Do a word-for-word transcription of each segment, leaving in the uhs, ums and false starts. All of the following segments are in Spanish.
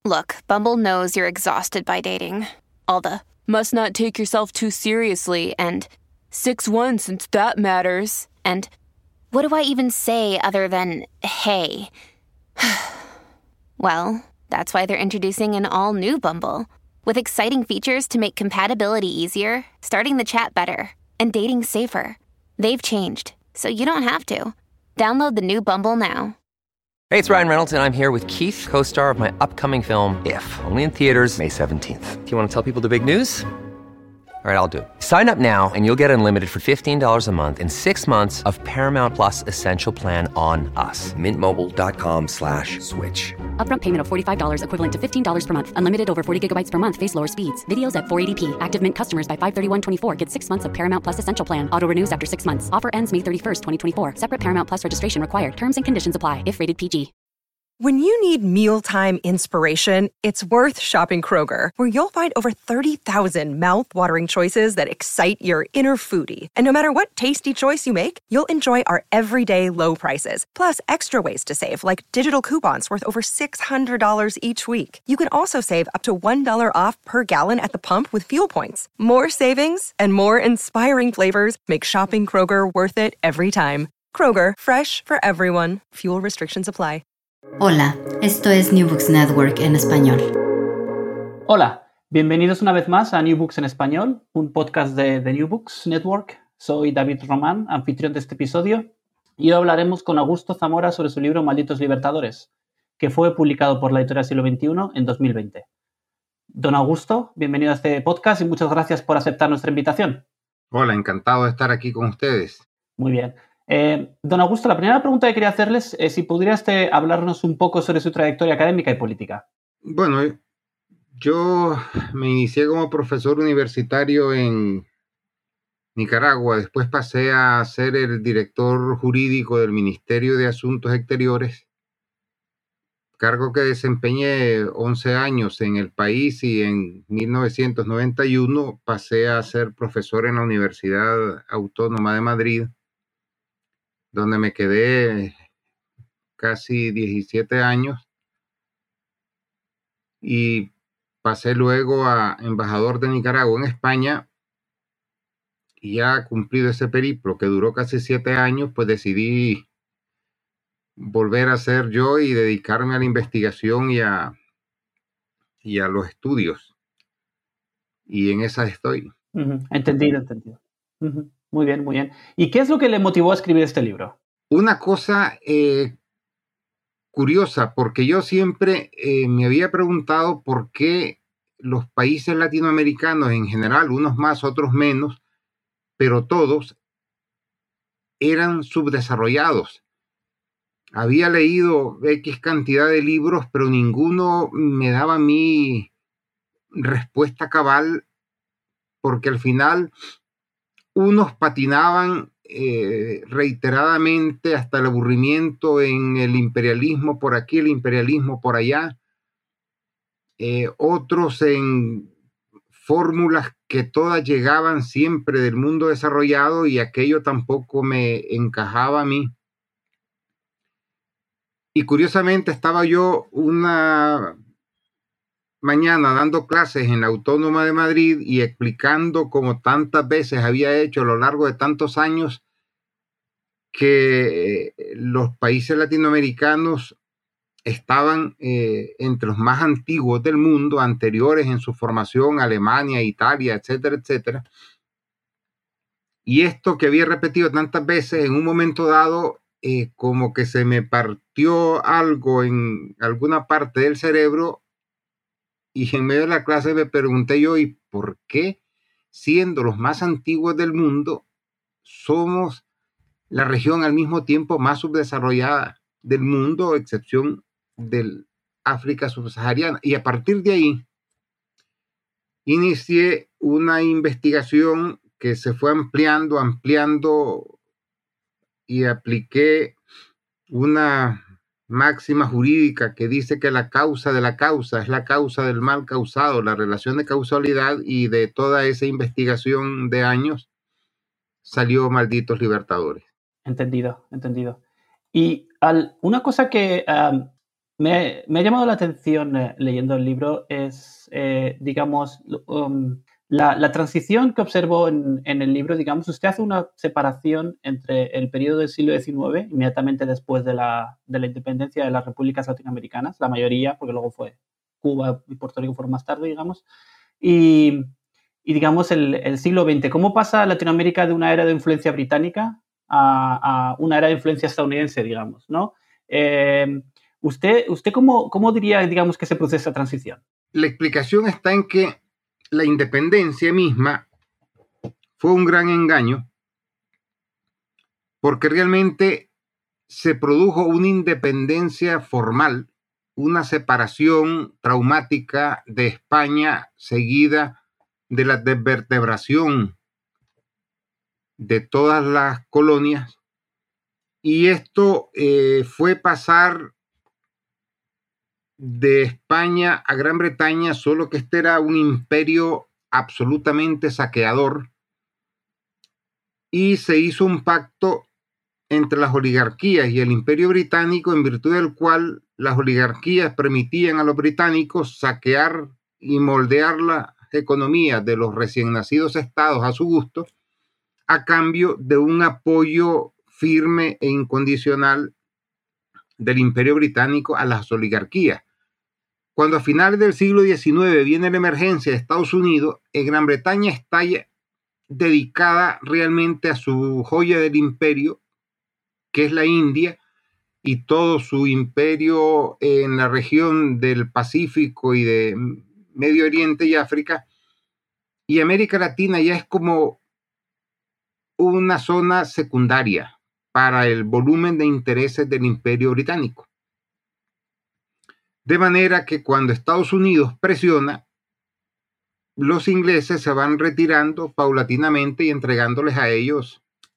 Look, Bumble knows you're exhausted by dating. All the must not take yourself too seriously and six one since that matters. And what do I even say other than hey? Well, that's why they're introducing an all-new Bumble with exciting features to make compatibility easier, starting the chat better, and dating safer. They've changed, so you don't have to. Download the new Bumble now. Hey, it's Ryan Reynolds, and I'm here with Keith, co-star of my upcoming film, If, only in theaters May seventeenth. Do you want to tell people the big news? All right, I'll do it. Sign up now and you'll get unlimited for fifteen dollars a month and six months of Paramount Plus Essential Plan on us. Mint Mobile dot com slash switch. Upfront payment of forty-five dollars equivalent to fifteen dollars per month. Unlimited over forty gigabytes per month. Face lower speeds. Videos at four eighty p. Active Mint customers by five thirty-one twenty-four get six months of Paramount Plus Essential Plan. Auto renews after six months. Offer ends May thirty-first, twenty twenty-four. Separate Paramount Plus registration required. Terms and conditions apply if rated P G. When you need mealtime inspiration, it's worth shopping Kroger, where you'll find over thirty thousand mouth-watering choices that excite your inner foodie. And no matter what tasty choice you make, you'll enjoy our everyday low prices, plus extra ways to save, like digital coupons worth over six hundred dollars each week. You can also save up to one dollar off per gallon at the pump with fuel points. More savings and more inspiring flavors make shopping Kroger worth it every time. Kroger, fresh for everyone. Fuel restrictions apply. Hola, esto es New Books Network en español. Hola, bienvenidos una vez más a New Books en español, un podcast de, de New Books Network. Soy David Román, anfitrión de este episodio, y hoy hablaremos con Augusto Zamora sobre su libro Malditos Libertadores, que fue publicado por la editorial Siglo veintiuno en dos mil veinte. Don Augusto, bienvenido a este podcast y muchas gracias por aceptar nuestra invitación. Hola, encantado de estar aquí con ustedes. Muy bien. Eh, don Augusto, la primera pregunta que quería hacerles es si pudiera usted hablarnos un poco sobre su trayectoria académica y política. Bueno, yo me inicié como profesor universitario en Nicaragua, después pasé a ser el director jurídico del Ministerio de Asuntos Exteriores, cargo que desempeñé once años en el país, y en mil novecientos noventa y uno pasé a ser profesor en la Universidad Autónoma de Madrid, donde me quedé casi diecisiete años, y pasé luego a embajador de Nicaragua en España, y ya cumplido ese periplo que duró casi siete años, pues decidí volver a ser yo y dedicarme a la investigación y a, y a los estudios. Y en esa estoy. Uh-huh. Entendido, entendido. Uh-huh. Muy bien, muy bien. ¿Y qué es lo que le motivó a escribir este libro? Una cosa eh, curiosa, porque yo siempre eh, me había preguntado por qué los países latinoamericanos en general, unos más, otros menos, pero todos eran subdesarrollados. Había leído X cantidad de libros, pero ninguno me daba a mí respuesta cabal, porque al final unos patinaban eh, reiteradamente hasta el aburrimiento en el imperialismo por aquí, el imperialismo por allá, eh, otros en fórmulas que todas llegaban siempre del mundo desarrollado, y aquello tampoco me encajaba a mí. Y curiosamente estaba yo una mañana dando clases en la Autónoma de Madrid y explicando, como tantas veces había hecho a lo largo de tantos años, que los países latinoamericanos estaban eh, entre los más antiguos del mundo, anteriores en su formación a Alemania, Italia, etcétera, etcétera. Y esto que había repetido tantas veces, en un momento dado, eh, como que se me partió algo en alguna parte del cerebro, y en medio de la clase me pregunté yo, ¿y por qué, siendo los más antiguos del mundo, somos la región al mismo tiempo más subdesarrollada del mundo, excepción del África subsahariana? Y a partir de ahí inicié una investigación que se fue ampliando, ampliando, y apliqué una máxima jurídica que dice que la causa de la causa es la causa del mal causado, la relación de causalidad, y de toda esa investigación de años salió Malditos Libertadores. Entendido, entendido. Y al, una cosa que um, me, me ha llamado la atención eh, leyendo el libro es, eh, digamos, um, la, la transición que observo en, en el libro. Digamos, usted hace una separación entre el periodo del siglo diecinueve, inmediatamente después de la, de la independencia de las repúblicas latinoamericanas, la mayoría, porque luego fue Cuba y Puerto Rico fueron más tarde, digamos, y, y digamos, el, el siglo veinte. ¿Cómo pasa Latinoamérica de una era de influencia británica a, a una era de influencia estadounidense, digamos, ¿no? Eh, ¿Usted, usted cómo, cómo diría, digamos, que se produce esa transición? La explicación está en que la independencia misma fue un gran engaño, porque realmente se produjo una independencia formal, una separación traumática de España seguida de la desvertebración de todas las colonias, y esto eh, fue pasar de España a Gran Bretaña, solo que este era un imperio absolutamente saqueador, y se hizo un pacto entre las oligarquías y el imperio británico, en virtud del cual las oligarquías permitían a los británicos saquear y moldear la economía de los recién nacidos estados a su gusto, a cambio de un apoyo firme e incondicional del imperio británico a las oligarquías. Cuando a finales del siglo diecinueve viene la emergencia de Estados Unidos, en Gran Bretaña está dedicada realmente a su joya del imperio, que es la India, y todo su imperio en la región del Pacífico y de Medio Oriente y África. Y América Latina ya es como una zona secundaria para el volumen de intereses del imperio británico. De manera que cuando Estados Unidos presiona, los ingleses se van retirando paulatinamente y entregándoles a ellos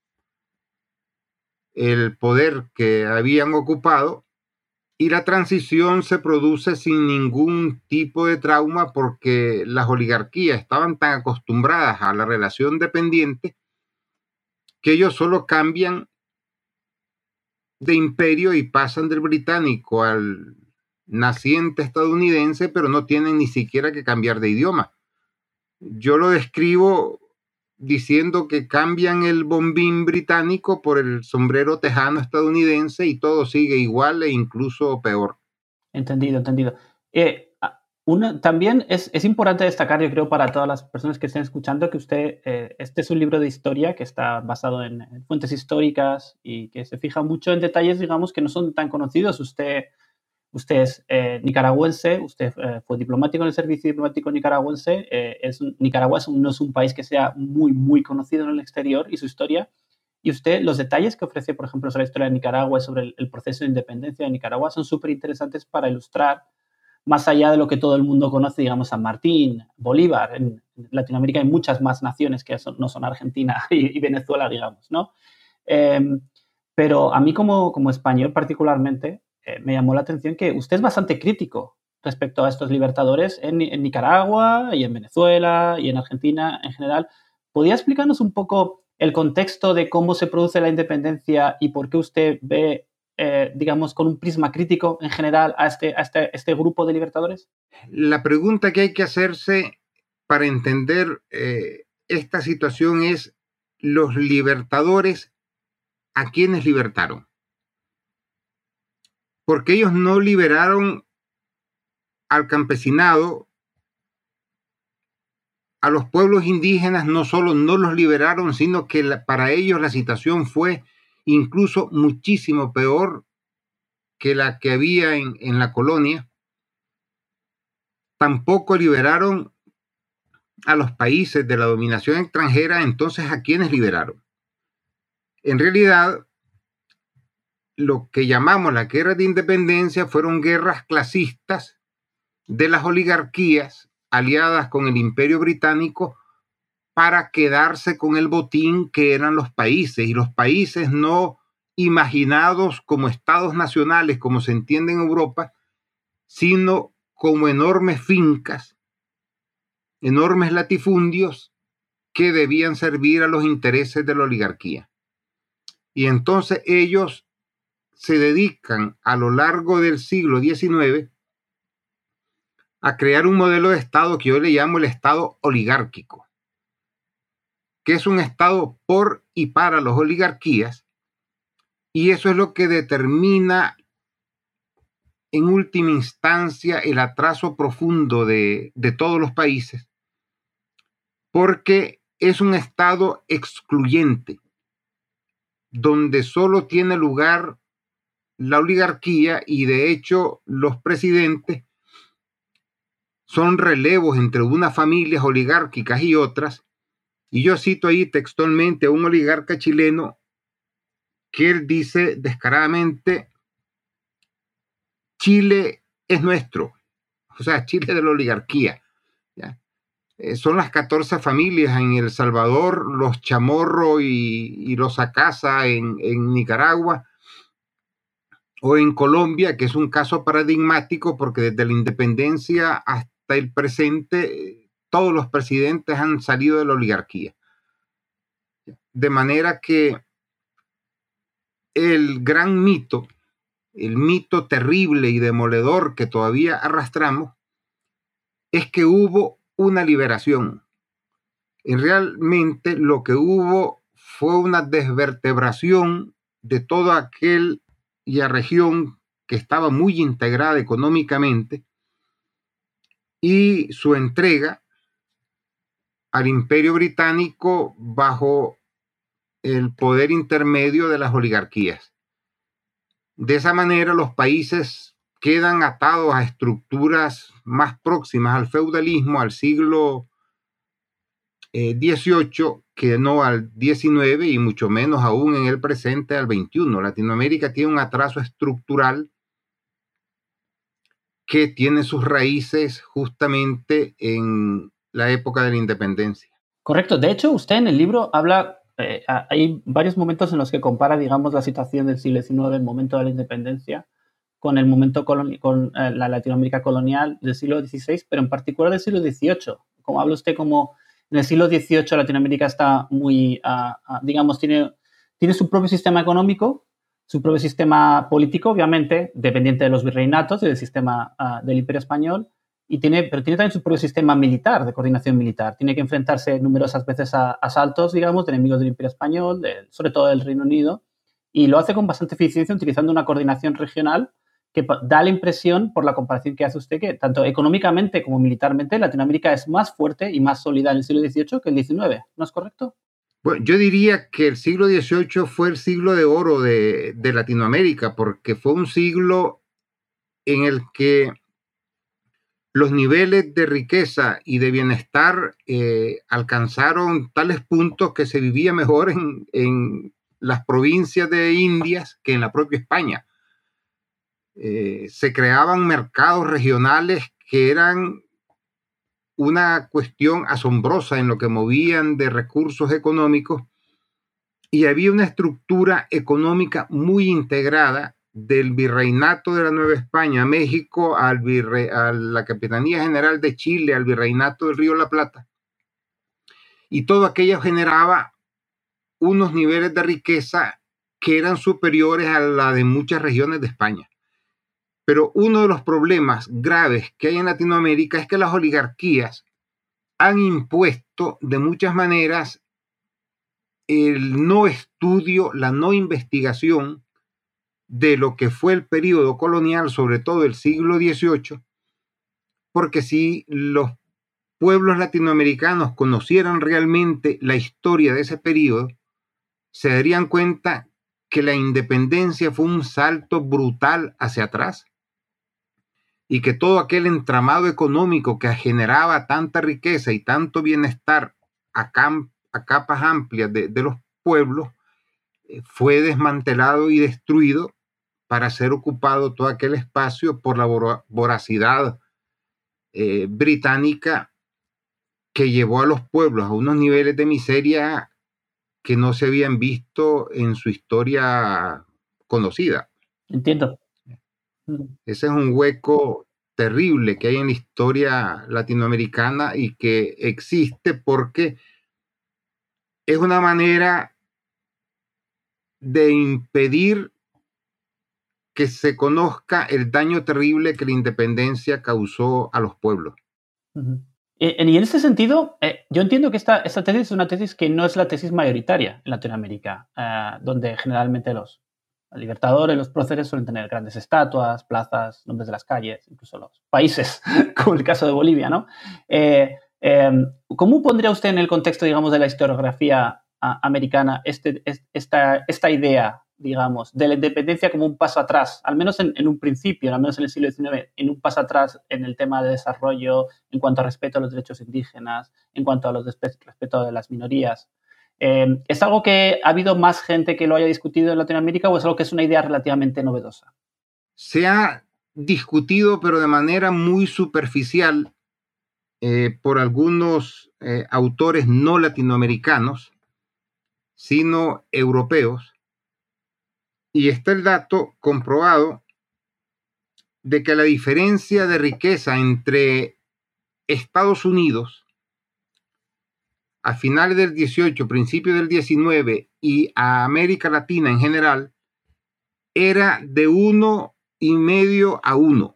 el poder que habían ocupado, y la transición se produce sin ningún tipo de trauma, porque las oligarquías estaban tan acostumbradas a la relación dependiente que ellos solo cambian de imperio y pasan del británico al naciente estadounidense, pero no tienen ni siquiera que cambiar de idioma. Yo lo describo diciendo que cambian el bombín británico por el sombrero tejano estadounidense y todo sigue igual e incluso peor. Entendido, entendido. Eh, una, también es, es importante destacar, yo creo, para todas las personas que estén escuchando, que usted, eh, este es un libro de historia que está basado en, en fuentes históricas y que se fija mucho en detalles, digamos, que no son tan conocidos. Usted... Usted es eh, nicaragüense, usted eh, fue diplomático en el servicio diplomático nicaragüense. Eh, es un, Nicaragua es un, no es un país que sea muy, muy conocido en el exterior y su historia. Y usted, los detalles que ofrece, por ejemplo, sobre la historia de Nicaragua y sobre el, el proceso de independencia de Nicaragua son súper interesantes para ilustrar, más allá de lo que todo el mundo conoce, digamos, San Martín, Bolívar. En Latinoamérica hay muchas más naciones que son, no son Argentina y, y Venezuela, digamos, ¿no? Eh, pero a mí como, como español particularmente, Eh, me llamó la atención que usted es bastante crítico respecto a estos libertadores en, en Nicaragua y en Venezuela y en Argentina en general. ¿Podría explicarnos un poco el contexto de cómo se produce la independencia y por qué usted ve, eh, digamos, con un prisma crítico en general a este, a este, este grupo de libertadores? La pregunta que hay que hacerse para entender eh, esta situación es: ¿los libertadores a quiénes libertaron? Porque ellos no liberaron al campesinado, a los pueblos indígenas no solo no los liberaron, sino que la, para ellos la situación fue incluso muchísimo peor que la que había en, en la colonia. Tampoco liberaron a los países de la dominación extranjera. Entonces, ¿a quiénes liberaron? En realidad, lo que llamamos la guerra de independencia fueron guerras clasistas de las oligarquías aliadas con el imperio británico para quedarse con el botín que eran los países, y los países no imaginados como estados nacionales como se entiende en Europa, sino como enormes fincas, enormes latifundios que debían servir a los intereses de la oligarquía. Y entonces ellos se dedican a lo largo del siglo diecinueve a crear un modelo de Estado que yo le llamo el Estado oligárquico, que es un Estado por y para las oligarquías, y eso es lo que determina en última instancia el atraso profundo de, de todos los países, porque es un Estado excluyente, donde solo tiene lugar la oligarquía y de hecho los presidentes son relevos entre unas familias oligárquicas y otras. Y yo cito ahí textualmente a un oligarca chileno que él dice descaradamente: Chile es nuestro, o sea, Chile de la oligarquía, ¿ya? Eh, son las catorce familias en El Salvador, los Chamorro y, y los Acasa en, en Nicaragua, o en Colombia, que es un caso paradigmático porque desde la independencia hasta el presente todos los presidentes han salido de la oligarquía. De manera que el gran mito, el mito terrible y demoledor que todavía arrastramos, es que hubo una liberación. Y realmente lo que hubo fue una desvertebración de toda aquella región que estaba muy integrada económicamente y su entrega al Imperio Británico bajo el poder intermedio de las oligarquías. De esa manera los países quedan atados a estructuras más próximas al feudalismo, al siglo eh, dieciocho, que no al diecinueve, y mucho menos aún en el presente al veintiuno. Latinoamérica tiene un atraso estructural que tiene sus raíces justamente en la época de la independencia. Correcto. De hecho, usted en el libro habla, eh, hay varios momentos en los que compara, digamos, la situación del siglo diecinueve, el momento de la independencia, con el momento coloni- con eh, la Latinoamérica colonial del siglo dieciséis, pero en particular del siglo dieciocho. Como habla usted, como en el siglo dieciocho Latinoamérica está muy, uh, uh, digamos, tiene, tiene su propio sistema económico, su propio sistema político, obviamente, dependiente de los virreinatos y del sistema uh, del Imperio Español, y tiene, pero tiene también su propio sistema militar, de coordinación militar. Tiene que enfrentarse numerosas veces a asaltos, digamos, de enemigos del Imperio Español, de, sobre todo del Reino Unido, y lo hace con bastante eficiencia utilizando una coordinación regional que da la impresión, por la comparación que hace usted, que tanto económicamente como militarmente Latinoamérica es más fuerte y más sólida en el siglo dieciocho que el diecinueve. ¿No es correcto? Bueno, yo diría que el siglo dieciocho fue el siglo de oro de, de Latinoamérica, porque fue un siglo en el que los niveles de riqueza y de bienestar eh, alcanzaron tales puntos que se vivía mejor en, en las provincias de Indias que en la propia España. Eh, se creaban mercados regionales que eran una cuestión asombrosa en lo que movían de recursos económicos, y había una estructura económica muy integrada del virreinato de la Nueva España a México, al virre, a la Capitanía General de Chile, al virreinato del Río de la Plata, y todo aquello generaba unos niveles de riqueza que eran superiores a la de muchas regiones de España. Pero uno de los problemas graves que hay en Latinoamérica es que las oligarquías han impuesto de muchas maneras el no estudio, la no investigación de lo que fue el periodo colonial, sobre todo el siglo dieciocho, porque si los pueblos latinoamericanos conocieran realmente la historia de ese periodo, se darían cuenta que la independencia fue un salto brutal hacia atrás, y que todo aquel entramado económico que generaba tanta riqueza y tanto bienestar a, cam- a capas amplias de, de los pueblos eh, fue desmantelado y destruido para ser ocupado todo aquel espacio por la vor- voracidad eh, británica, que llevó a los pueblos a unos niveles de miseria que no se habían visto en su historia conocida. Entiendo. Ese es un hueco terrible que hay en la historia latinoamericana y que existe porque es una manera de impedir que se conozca el daño terrible que la independencia causó a los pueblos. Uh-huh. Y en ese sentido, eh, yo entiendo que esta, esta tesis es una tesis que no es la tesis mayoritaria en Latinoamérica, eh, donde generalmente los libertadores, los próceres suelen tener grandes estatuas, plazas, nombres de las calles, incluso los países, como el caso de Bolivia, ¿no? Eh, eh, ¿Cómo pondría usted en el contexto, digamos, de la historiografía a, americana este, esta, esta idea, digamos, de la independencia como un paso atrás, al menos en, en un principio, al menos en el siglo diecinueve, en un paso atrás en el tema de desarrollo, en cuanto a respeto a los derechos indígenas, en cuanto a los respeto de las minorías? Eh, ¿Es algo que ha habido más gente que lo haya discutido en Latinoamérica o es algo que es una idea relativamente novedosa? Se ha discutido, pero de manera muy superficial, eh, por algunos eh, autores no latinoamericanos, sino europeos. Y está el dato comprobado de que la diferencia de riqueza entre Estados Unidos a finales del dieciocho, principios del diecinueve y a América Latina en general era de uno y medio a uno.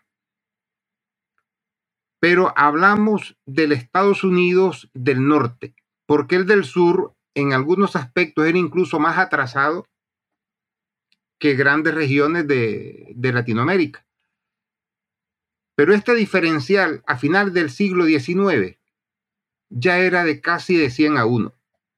Pero hablamos del Estados Unidos del norte, porque el del sur en algunos aspectos era incluso más atrasado que grandes regiones de, de Latinoamérica. Pero este diferencial a final del siglo diecinueve ya era de casi de cien a uno.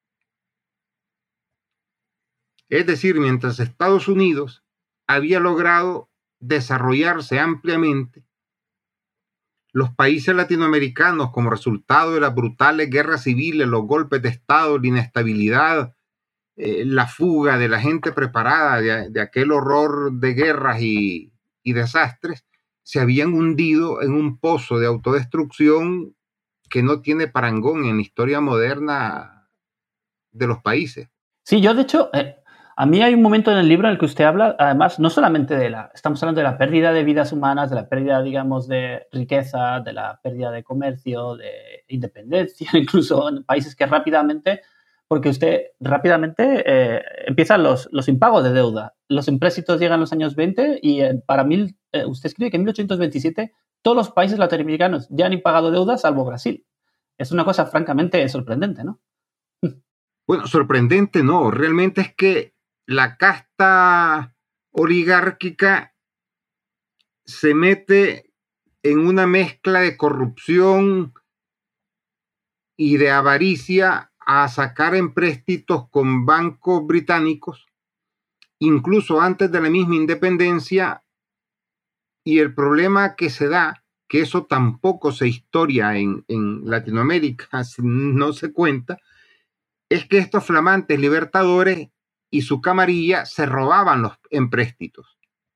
Es decir, mientras Estados Unidos había logrado desarrollarse ampliamente, los países latinoamericanos, como resultado de las brutales guerras civiles, los golpes de Estado, la inestabilidad, eh, la fuga de la gente preparada de, de aquel horror de guerras y, y desastres, se habían hundido en un pozo de autodestrucción que no tiene parangón en la historia moderna de los países. Sí, yo de hecho, eh, a mí hay un momento en el libro en el que usted habla, además, no solamente de la, estamos hablando de la pérdida de vidas humanas, de la pérdida, digamos, de riqueza, de la pérdida de comercio, de independencia, incluso en países que rápidamente, porque usted rápidamente eh, empiezan los, los impagos de deuda. Los empréstitos llegan en los años veinte y eh, para mil, eh, usted escribe que en mil ochocientos veintisiete todos los países latinoamericanos ya han impagado deudas, salvo Brasil. Es una cosa francamente sorprendente, ¿no? Bueno, sorprendente no. Realmente es que la casta oligárquica se mete en una mezcla de corrupción y de avaricia a sacar empréstitos con bancos británicos, incluso antes de la misma independencia. Y el problema que se da, que eso tampoco se historia en, en Latinoamérica, no se cuenta, es que estos flamantes libertadores y su camarilla se robaban los empréstitos.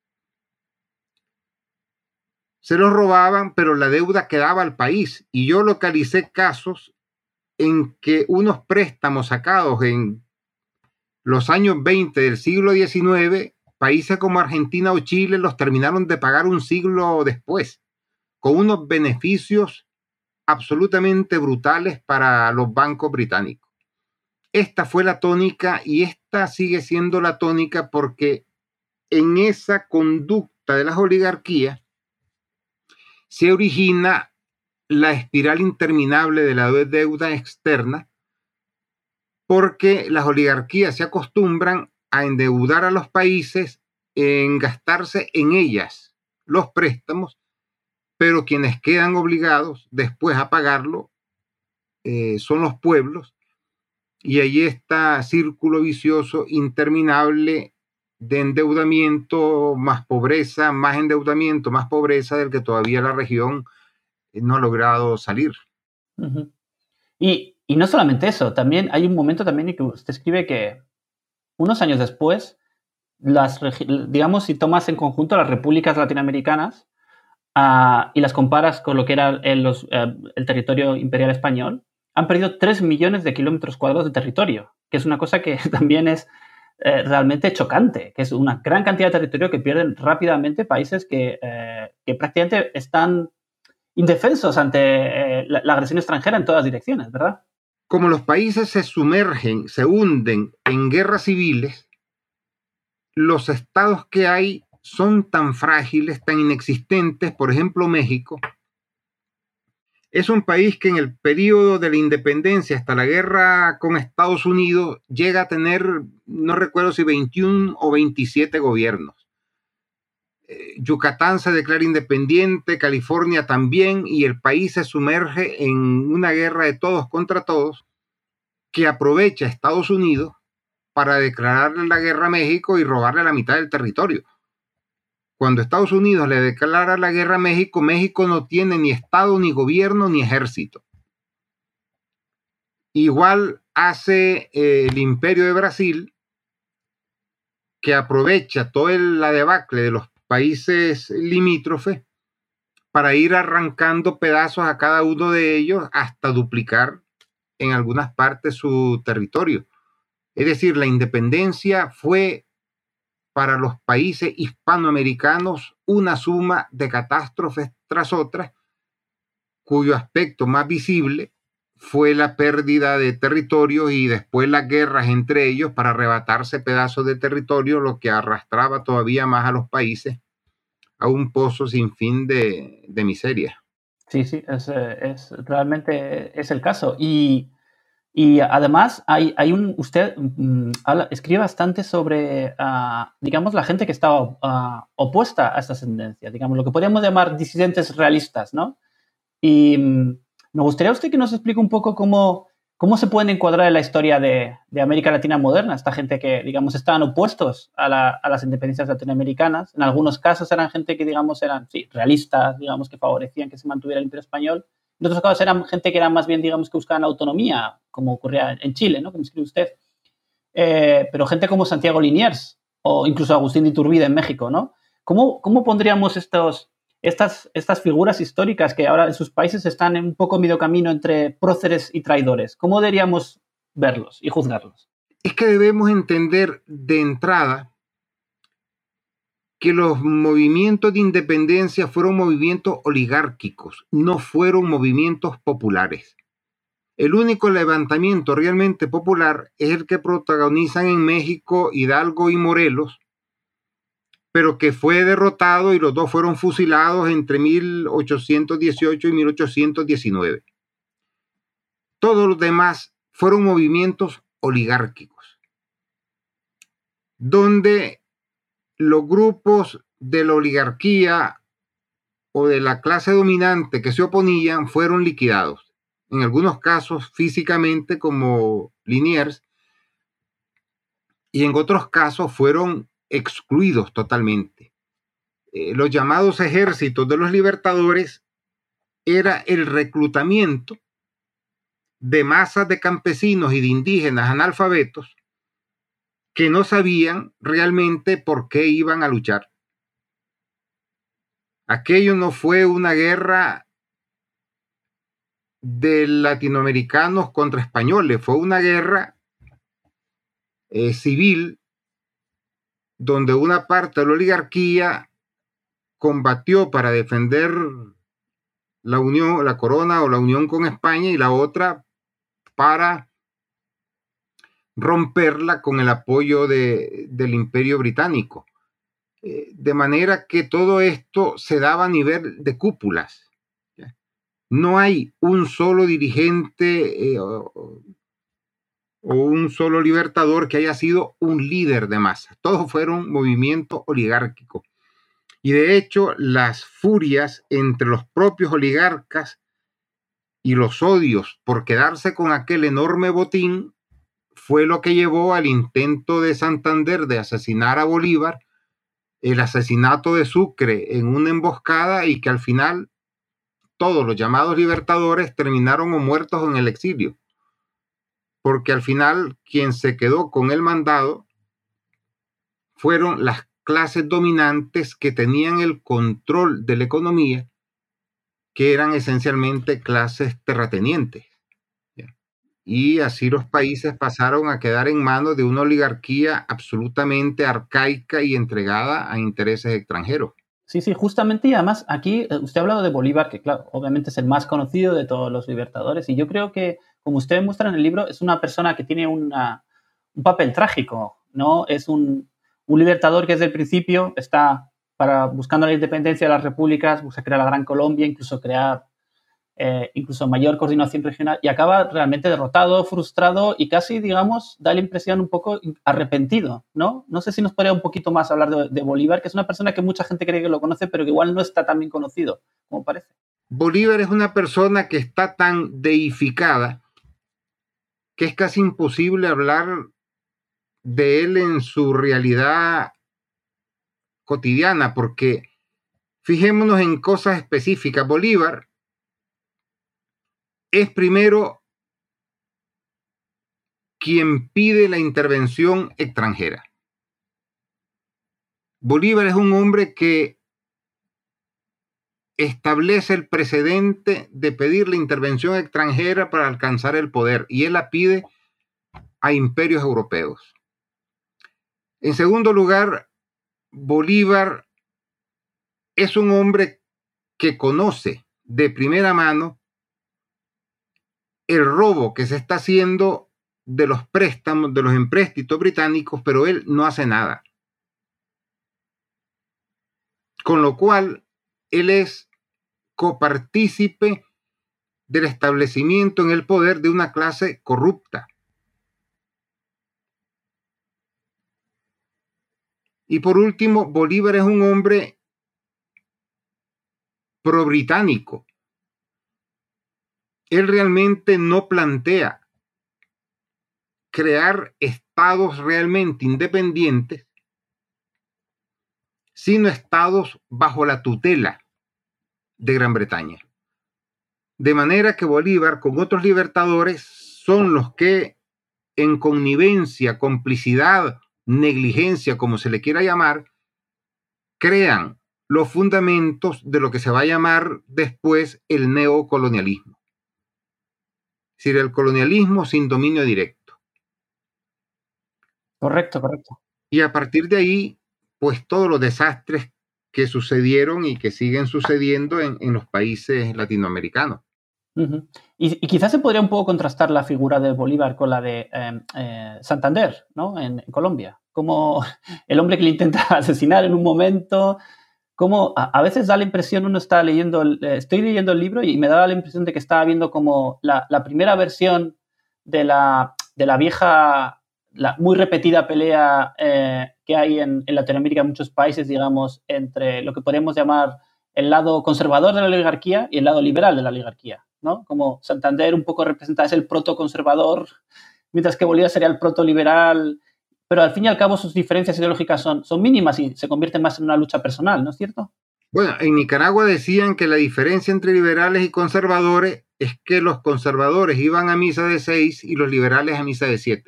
Se los robaban, pero la deuda quedaba al país. Y yo localicé casos en que unos préstamos sacados en los años veinte del siglo diecinueve, países como Argentina o Chile los terminaron de pagar un siglo después, con unos beneficios absolutamente brutales para los bancos británicos. Esta fue la tónica y esta sigue siendo la tónica porque en esa conducta de las oligarquías se origina la espiral interminable de la deuda externa, porque las oligarquías se acostumbran a endeudar a los países, en gastarse en ellas los préstamos, pero quienes quedan obligados después a pagarlo eh, son los pueblos, y ahí está círculo vicioso interminable de endeudamiento más pobreza, más endeudamiento, más pobreza del que todavía la región no ha logrado salir. Uh-huh. Y, y no solamente eso, también hay un momento también en que usted escribe que unos años después, las, digamos, si tomas en conjunto las repúblicas latinoamericanas uh, y las comparas con lo que era el, los, uh, el territorio imperial español, han perdido tres millones de kilómetros cuadrados de territorio, que es una cosa que también es eh, realmente chocante, que es una gran cantidad de territorio que pierden rápidamente países que, eh, que prácticamente están indefensos ante eh, la, la agresión extranjera en todas direcciones, ¿verdad? Como los países se sumergen, se hunden en guerras civiles, los estados que hay son tan frágiles, tan inexistentes. Por ejemplo, México es un país que en el periodo de la independencia hasta la guerra con Estados Unidos llega a tener, no recuerdo si veintiún o veintisiete gobiernos. Eh, Yucatán se declara independiente, California también, y el país se sumerge en una guerra de todos contra todos que aprovecha a Estados Unidos para declararle la guerra a México y robarle la mitad del territorio. Cuando Estados Unidos le declara la guerra a México, México no tiene ni Estado, ni gobierno, ni ejército. Igual hace eh, el Imperio de Brasil, que aprovecha toda la debacle de los países limítrofes para ir arrancando pedazos a cada uno de ellos hasta duplicar en algunas partes su territorio. Es decir, la independencia fue para los países hispanoamericanos una suma de catástrofes tras otras, cuyo aspecto más visible fue la pérdida de territorios y después las guerras entre ellos para arrebatarse pedazos de territorio, lo que arrastraba todavía más a los países a un pozo sin fin de, de miseria. Sí, sí, es, es realmente es el caso. Y, y además hay, hay un, usted um, habla, escribe bastante sobre, uh, digamos, la gente que estaba uh, opuesta a estas tendencias, digamos, lo que podríamos llamar disidentes realistas, ¿no? Y um, me gustaría usted que nos explique un poco cómo, cómo se pueden encuadrar en la historia de, de América Latina moderna, esta gente que, digamos, estaban opuestos a, la, a las independencias latinoamericanas. En algunos casos eran gente que, digamos, eran sí, realistas, digamos, que favorecían que se mantuviera el Imperio Español. En otros casos eran gente que eran más bien, digamos, que buscaban autonomía, como ocurría en Chile, ¿no? Como escribe usted. Eh, pero gente como Santiago Liniers o incluso Agustín de Iturbide en México, ¿no? ¿Cómo, cómo pondríamos estos... Estas, estas figuras históricas que ahora en sus países están en un poco medio camino entre próceres y traidores? ¿Cómo deberíamos verlos y juzgarlos? Es que debemos entender de entrada que los movimientos de independencia fueron movimientos oligárquicos, no fueron movimientos populares. El único levantamiento realmente popular es el que protagonizan en México Hidalgo y Morelos, pero que fue derrotado y los dos fueron fusilados entre mil ochocientos dieciocho y mil ochocientos diecinueve. Todos los demás fueron movimientos oligárquicos, donde los grupos de la oligarquía o de la clase dominante que se oponían fueron liquidados, en algunos casos físicamente como Liniers, y en otros casos fueron excluidos totalmente. Eh, los llamados ejércitos de los libertadores era el reclutamiento de masas de campesinos y de indígenas analfabetos que no sabían realmente por qué iban a luchar. Aquello no fue una guerra de latinoamericanos contra españoles, fue una guerra eh, civil donde una parte de la oligarquía combatió para defender la unión, la corona o la unión con España, y la otra para romperla con el apoyo de, del Imperio Británico. Eh, de manera que todo esto se daba a nivel de cúpulas. ¿Ya? No hay un solo dirigente eh, o, o un solo libertador que haya sido un líder de masa. Todos fueron movimientos oligárquicos. Y de hecho, las furias entre los propios oligarcas y los odios por quedarse con aquel enorme botín fue lo que llevó al intento de Santander de asesinar a Bolívar, el asesinato de Sucre en una emboscada, y que al final todos los llamados libertadores terminaron o muertos o en el exilio. Porque al final quien se quedó con el mandado fueron las clases dominantes que tenían el control de la economía, que eran esencialmente clases terratenientes. ¿Ya? Y así los países pasaron a quedar en manos de una oligarquía absolutamente arcaica y entregada a intereses extranjeros. Sí, sí, justamente, y además aquí usted ha hablado de Bolívar, que claro, obviamente es el más conocido de todos los libertadores, y yo creo que, como usted muestra en el libro, es una persona que tiene una, un papel trágico, ¿no? Es un, un libertador que desde el principio está para buscando la independencia de las repúblicas, busca crear la Gran Colombia, incluso crear eh, incluso mayor coordinación regional, y acaba realmente derrotado, frustrado y casi, digamos, da la impresión un poco arrepentido, ¿no? No sé si nos podría un poquito más hablar de, de Bolívar, que es una persona que mucha gente cree que lo conoce, pero que igual no está tan bien conocido, como parece. Bolívar es una persona que está tan deificada que es casi imposible hablar de él en su realidad cotidiana, porque fijémonos en cosas específicas. Bolívar es primero quien pide la intervención extranjera. Bolívar es un hombre que establece el precedente de pedir la intervención extranjera para alcanzar el poder, y él la pide a imperios europeos. En segundo lugar, Bolívar es un hombre que conoce de primera mano el robo que se está haciendo de los préstamos, de los empréstitos británicos, pero él no hace nada. Con lo cual, él es copartícipe del establecimiento en el poder de una clase corrupta. Y por último, Bolívar es un hombre pro-británico. Él realmente no plantea crear estados realmente independientes, sino estados bajo la tutela de Gran Bretaña. De manera que Bolívar con otros libertadores son los que en connivencia, complicidad, negligencia, como se le quiera llamar, crean los fundamentos de lo que se va a llamar después el neocolonialismo. Es decir, el colonialismo sin dominio directo. Correcto, correcto. Y a partir de ahí, pues todos los desastres que sucedieron y que siguen sucediendo en, en los países latinoamericanos. Uh-huh. Y, y quizás se podría un poco contrastar la figura de Bolívar con la de eh, eh, Santander, ¿no? En, en Colombia. Como el hombre que le intenta asesinar en un momento. Como a, a veces da la impresión, uno está leyendo, el, eh, estoy leyendo el libro y me daba la impresión de que estaba viendo como la, la primera versión de la, de la vieja, la muy repetida pelea eh, que hay en, en Latinoamérica, en muchos países, digamos, entre lo que podemos llamar el lado conservador de la oligarquía y el lado liberal de la oligarquía, ¿no? Como Santander un poco representa, es el protoconservador, mientras que Bolívar sería el protoliberal, pero al fin y al cabo sus diferencias ideológicas son, son mínimas y se convierten más en una lucha personal, ¿no es cierto? Bueno, en Nicaragua decían que la diferencia entre liberales y conservadores es que los conservadores iban a misa de seis y los liberales a misa de siete.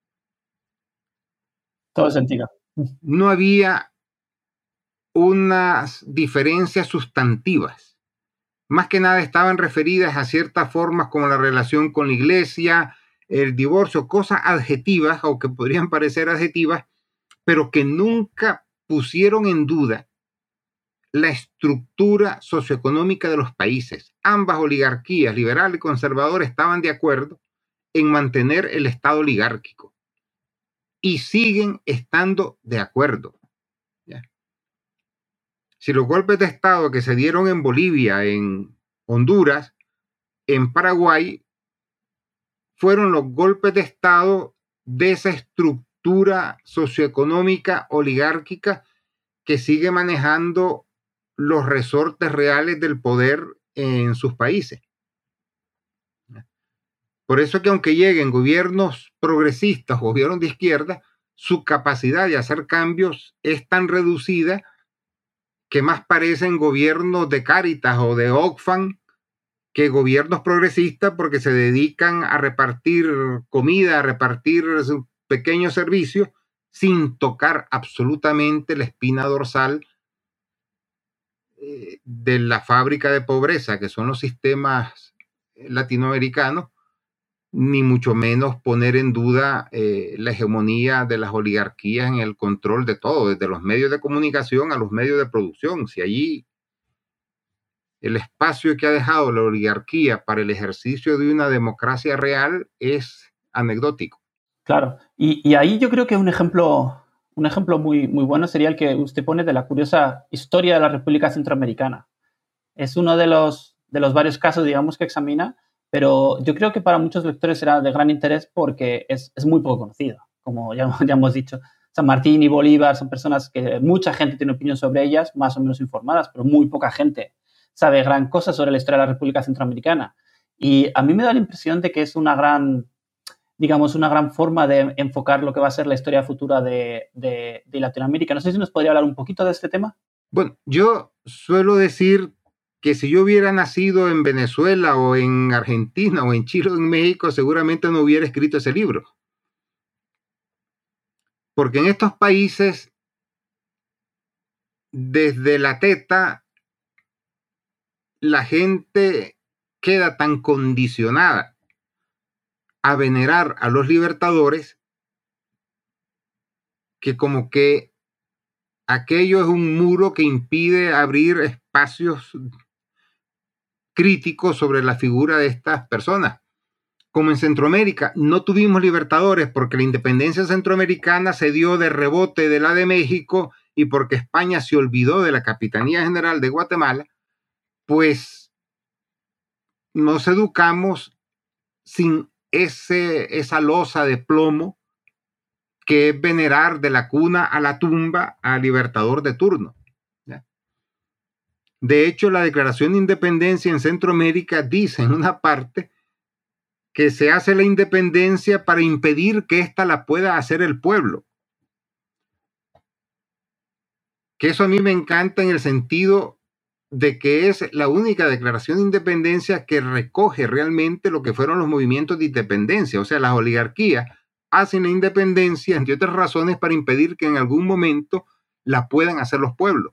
Todo sentido. No había unas diferencias sustantivas. Más que nada estaban referidas a ciertas formas como la relación con la iglesia, el divorcio, cosas adjetivas o que podrían parecer adjetivas, pero que nunca pusieron en duda la estructura socioeconómica de los países. Ambas oligarquías, liberal y conservador, estaban de acuerdo en mantener el Estado oligárquico y siguen estando de acuerdo. ¿Ya? Si los golpes de Estado que se dieron en Bolivia, en Honduras, en Paraguay, fueron los golpes de Estado de esa estructura socioeconómica oligárquica que sigue manejando los resortes reales del poder en sus países. Por eso que aunque lleguen gobiernos progresistas o gobiernos de izquierda, su capacidad de hacer cambios es tan reducida que más parecen gobiernos de Cáritas o de Oxfam que gobiernos progresistas, porque se dedican a repartir comida, a repartir pequeños servicios sin tocar absolutamente la espina dorsal eh, de la fábrica de pobreza, que son los sistemas latinoamericanos, ni mucho menos poner en duda eh, la hegemonía de las oligarquías en el control de todo, desde los medios de comunicación a los medios de producción. Si allí el espacio que ha dejado la oligarquía para el ejercicio de una democracia real es anecdótico. Claro, y, y ahí yo creo que un ejemplo, un ejemplo muy, muy bueno sería el que usted pone de la curiosa historia de la República Centroamericana. Es uno de los, de los varios casos, digamos, que examina, pero yo creo que para muchos lectores será de gran interés porque es, es muy poco conocido. Como ya, ya hemos dicho, San Martín y Bolívar son personas que mucha gente tiene opinión sobre ellas, más o menos informadas, pero muy poca gente sabe gran cosa sobre la historia de la República Centroamericana. Y a mí me da la impresión de que es una gran, digamos, una gran forma de enfocar lo que va a ser la historia futura de, de, de Latinoamérica. No sé si nos podría hablar un poquito de este tema. Bueno, yo suelo decir que si yo hubiera nacido en Venezuela o en Argentina o en Chile o en México, seguramente no hubiera escrito ese libro. Porque en estos países, desde la teta, la gente queda tan condicionada a venerar a los libertadores que como que aquello es un muro que impide abrir espacios críticos sobre la figura de estas personas. Como en Centroamérica no tuvimos libertadores porque la independencia centroamericana se dio de rebote de la de México y porque España se olvidó de la Capitanía General de Guatemala, pues nos educamos sin ese, esa losa de plomo que es venerar de la cuna a la tumba al libertador de turno. ¿Ya? De hecho, la Declaración de Independencia en Centroamérica dice en una parte que se hace la independencia para impedir que ésta la pueda hacer el pueblo. Que eso a mí me encanta en el sentido de que es la única declaración de independencia que recoge realmente lo que fueron los movimientos de independencia. O sea, las oligarquías hacen la independencia, entre otras razones, para impedir que en algún momento la puedan hacer los pueblos.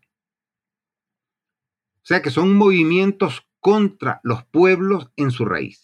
O sea, que son movimientos contra los pueblos en su raíz.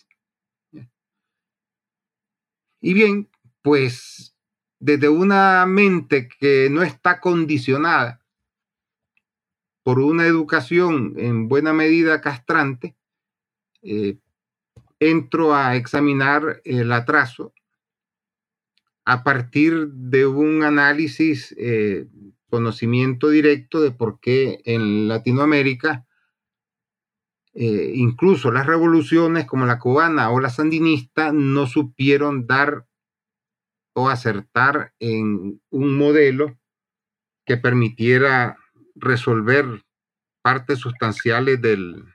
Y bien, pues desde una mente que no está condicionada por una educación en buena medida castrante, eh, entro a examinar el atraso a partir de un análisis, eh, conocimiento directo de por qué en Latinoamérica, eh, incluso las revoluciones como la cubana o la sandinista no supieron dar o acertar en un modelo que permitiera resolver partes sustanciales del,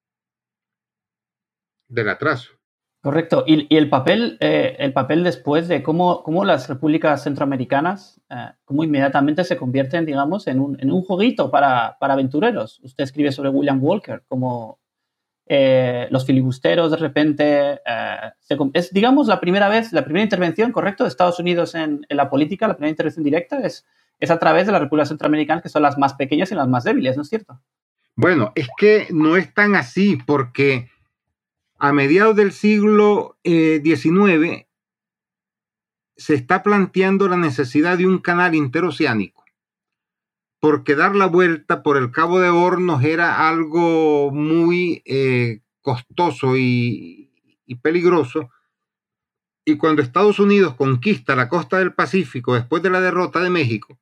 del atraso. Correcto. Y, y el, papel, eh, el papel después de cómo, cómo las repúblicas centroamericanas, eh, cómo inmediatamente se convierten, digamos, en un, en un jueguito para, para aventureros. Usted escribe sobre William Walker, como eh, los filibusteros de repente, eh, se, es, digamos, la primera vez, la primera intervención, correcto, de Estados Unidos en, en la política, la primera intervención directa es, es a través de las repúblicas centroamericanas, que son las más pequeñas y las más débiles, ¿no es cierto? Bueno, es que no es tan así, porque a mediados del siglo eh, diecinueve se está planteando la necesidad de un canal interoceánico, porque dar la vuelta por el Cabo de Hornos era algo muy eh, costoso y, y peligroso. Y cuando Estados Unidos conquista la costa del Pacífico después de la derrota de México,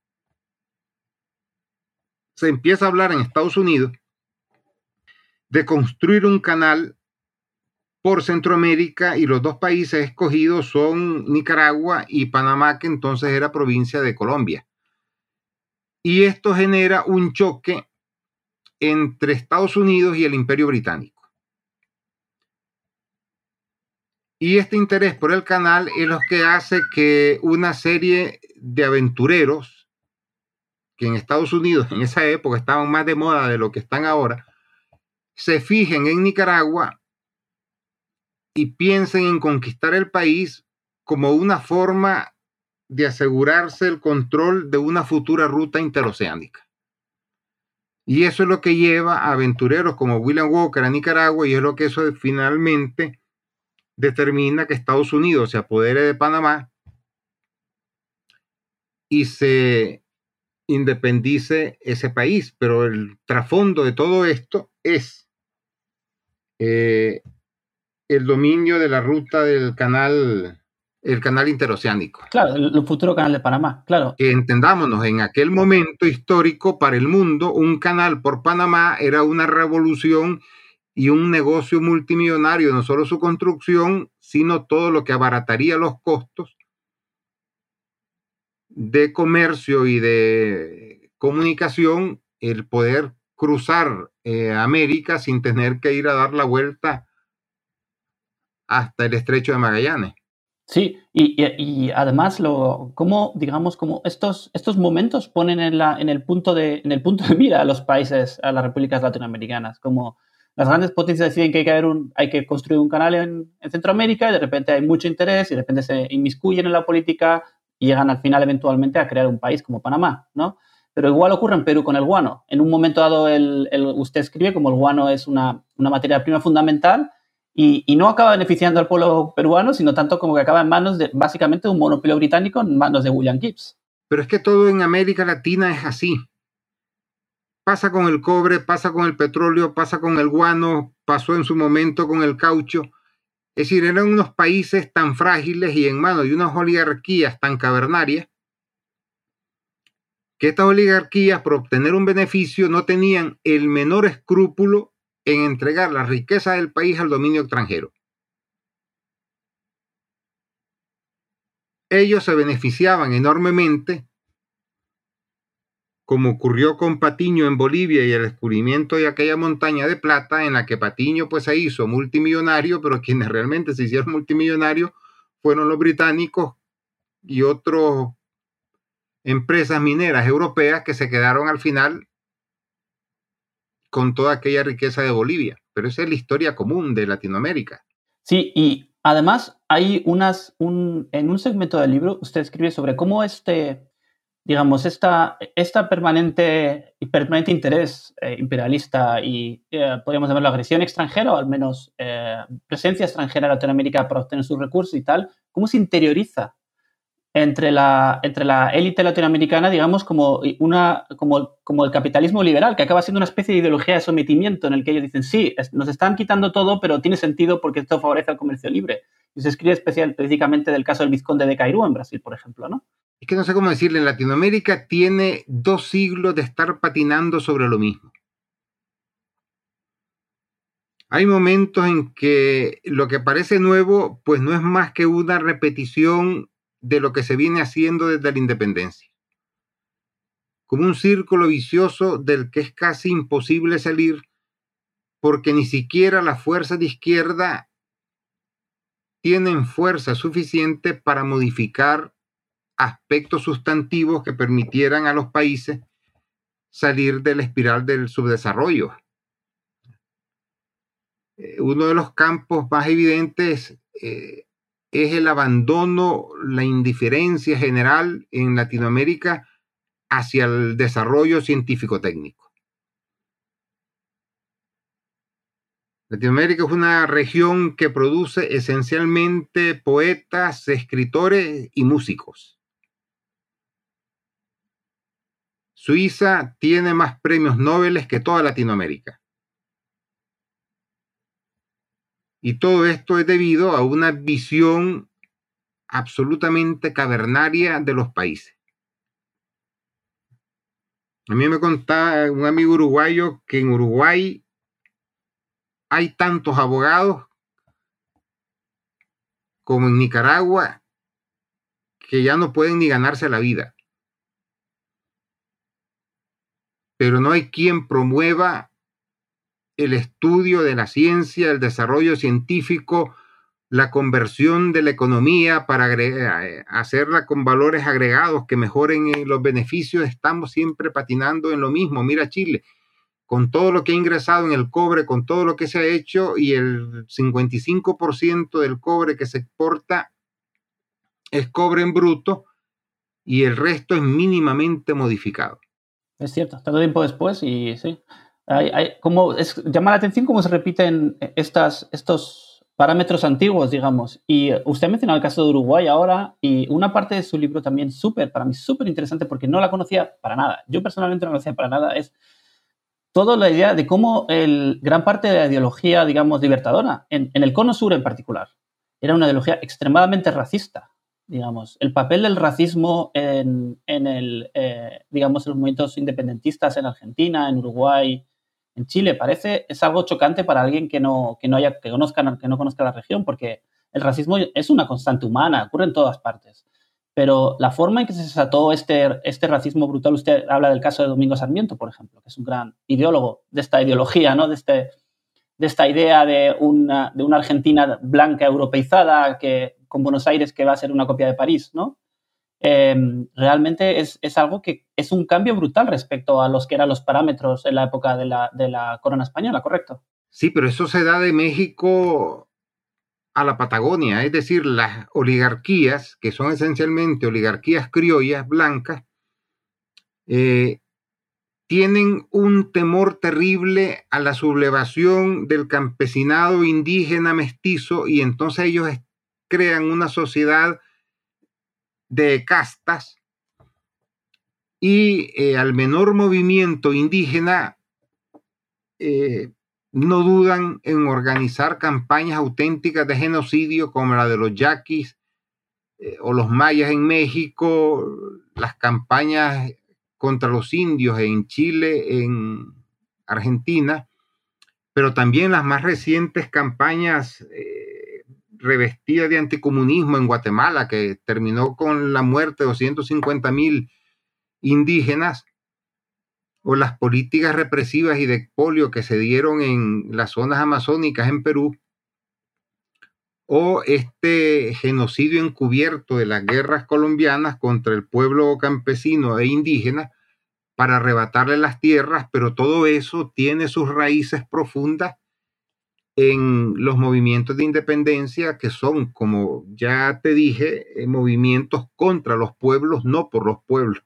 se empieza a hablar en Estados Unidos de construir un canal por Centroamérica, y los dos países escogidos son Nicaragua y Panamá, que entonces era provincia de Colombia. Y esto genera un choque entre Estados Unidos y el Imperio Británico. Y este interés por el canal es lo que hace que una serie de aventureros, que en Estados Unidos en esa época estaban más de moda de lo que están ahora, se fijen en Nicaragua y piensen en conquistar el país como una forma de asegurarse el control de una futura ruta interoceánica. Y eso es lo que lleva a aventureros como William Walker a Nicaragua, y es lo que eso finalmente determina que Estados Unidos se apodere de Panamá y se independice ese país. Pero el trasfondo de todo esto es eh, el dominio de la ruta del canal el canal interoceánico. Claro, el, el futuro canal de Panamá, claro. Que entendámonos, en aquel momento histórico para el mundo, un canal por Panamá era una revolución y un negocio multimillonario, no solo su construcción, sino todo lo que abarataría los costos de comercio y de comunicación, el poder cruzar eh, América sin tener que ir a dar la vuelta hasta el Estrecho de Magallanes. Sí, y, y, y además, lo, como, digamos, como estos, estos momentos ponen en, la, en, el punto de, en el punto de mira a los países, a las repúblicas latinoamericanas, como las grandes potencias deciden que hay que, haber un, hay que construir un canal en, en Centroamérica y de repente hay mucho interés y de repente se inmiscuyen en la política y llegan al final eventualmente a crear un país como Panamá, ¿no? Pero igual ocurre en Perú con el guano. En un momento dado, el, el, usted escribe como el guano es una, una materia prima fundamental y, y no acaba beneficiando al pueblo peruano, sino tanto como que acaba en manos de, básicamente, un monopolio británico en manos de William Gibbs. Pero es que todo en América Latina es así. Pasa con el cobre, pasa con el petróleo, pasa con el guano, pasó en su momento con el caucho. Es decir, eran unos países tan frágiles y en manos de unas oligarquías tan cavernarias que estas oligarquías, por obtener un beneficio, no tenían el menor escrúpulo en entregar la riqueza del país al dominio extranjero. Ellos se beneficiaban enormemente, como ocurrió con Patiño en Bolivia y el descubrimiento de aquella montaña de plata, en la que Patiño pues se hizo multimillonario, pero quienes realmente se hicieron multimillonarios fueron los británicos y otros empresas mineras europeas que se quedaron al final con toda aquella riqueza de Bolivia. Pero esa es la historia común de Latinoamérica. Sí, y además hay unas, un, en un segmento del libro usted escribe sobre cómo este, digamos, esta, esta permanente, permanente interés eh, imperialista y, eh, podríamos llamarlo agresión extranjera, o al menos eh, presencia extranjera en Latinoamérica para obtener sus recursos y tal, cómo se interioriza entre la, entre la élite latinoamericana, digamos, como, una, como, como el capitalismo liberal, que acaba siendo una especie de ideología de sometimiento en el que ellos dicen, sí, nos están quitando todo, pero tiene sentido porque esto favorece al comercio libre. Y se escribe especial, específicamente del caso del vizconde de Cairú en Brasil, por ejemplo, ¿no? Es que no sé cómo decirle, en Latinoamérica tiene dos siglos de estar patinando sobre lo mismo. Hay momentos en que lo que parece nuevo, pues no es más que una repetición de lo que se viene haciendo desde la independencia. Como un círculo vicioso del que es casi imposible salir, porque ni siquiera las fuerzas de izquierda tienen fuerza suficiente para modificar aspectos sustantivos que permitieran a los países salir de la espiral del subdesarrollo. Eh, uno de los campos más evidentes eh, es el abandono, la indiferencia general en Latinoamérica hacia el desarrollo científico-técnico. Latinoamérica es una región que produce esencialmente poetas, escritores y músicos. Suiza tiene más premios Nobel que toda Latinoamérica. Y todo esto es debido a una visión absolutamente cavernaria de los países. A mí me contaba un amigo uruguayo que en Uruguay hay tantos abogados como en Nicaragua que ya no pueden ni ganarse la vida. Pero no hay quien promueva el estudio de la ciencia, el desarrollo científico, la conversión de la economía para agregar, hacerla con valores agregados que mejoren los beneficios. Estamos siempre patinando en lo mismo. Mira Chile, con todo lo que ha ingresado en el cobre, con todo lo que se ha hecho, y el cincuenta y cinco por ciento del cobre que se exporta es cobre en bruto y el resto es mínimamente modificado. Es cierto, tanto tiempo después y sí. Hay, hay, como es, llama la atención cómo se repiten estas, estos parámetros antiguos, digamos. Y usted ha mencionado el caso de Uruguay ahora, y una parte de su libro también súper, para mí súper interesante, porque no la conocía para nada. Yo personalmente no la conocía para nada. Es toda la idea de cómo el, gran parte de la ideología, digamos, libertadora, en, en el Cono Sur en particular, era una ideología extremadamente racista. digamos, el papel del racismo en, en el, eh, digamos, en los movimientos independentistas en Argentina, en Uruguay, en Chile, parece, es algo chocante para alguien que no, que no, haya, que conozca, que no conozca la región, porque el racismo es una constante humana, ocurre en todas partes. Pero la forma en que se desató este, este racismo brutal, usted habla del caso de Domingo Sarmiento, por ejemplo, que es un gran ideólogo de esta ideología, ¿no? de, este, de esta idea de una, de una Argentina blanca europeizada que, con Buenos Aires que va a ser una copia de París, ¿no? Eh, realmente es, es algo que es un cambio brutal respecto a los que eran los parámetros en la época de la, de la corona española, ¿correcto? Sí, pero eso se da de México a la Patagonia, es decir, las oligarquías, que son esencialmente oligarquías criollas blancas, eh, tienen un temor terrible a la sublevación del campesinado indígena mestizo y entonces ellos crean una sociedad de castas y eh, al menor movimiento indígena eh, no dudan en organizar campañas auténticas de genocidio como la de los yaquis eh, o los mayas en México, las campañas contra los indios en Chile, en Argentina, pero también las más recientes campañas eh, revestidas de anticomunismo en Guatemala, que terminó con la muerte de doscientos cincuenta mil indígenas, o las políticas represivas y de expolio que se dieron en las zonas amazónicas en Perú, o este genocidio encubierto de las guerras colombianas contra el pueblo campesino e indígena para arrebatarle las tierras, pero todo eso tiene sus raíces profundas en los movimientos de independencia que son, como ya te dije, movimientos contra los pueblos, no por los pueblos.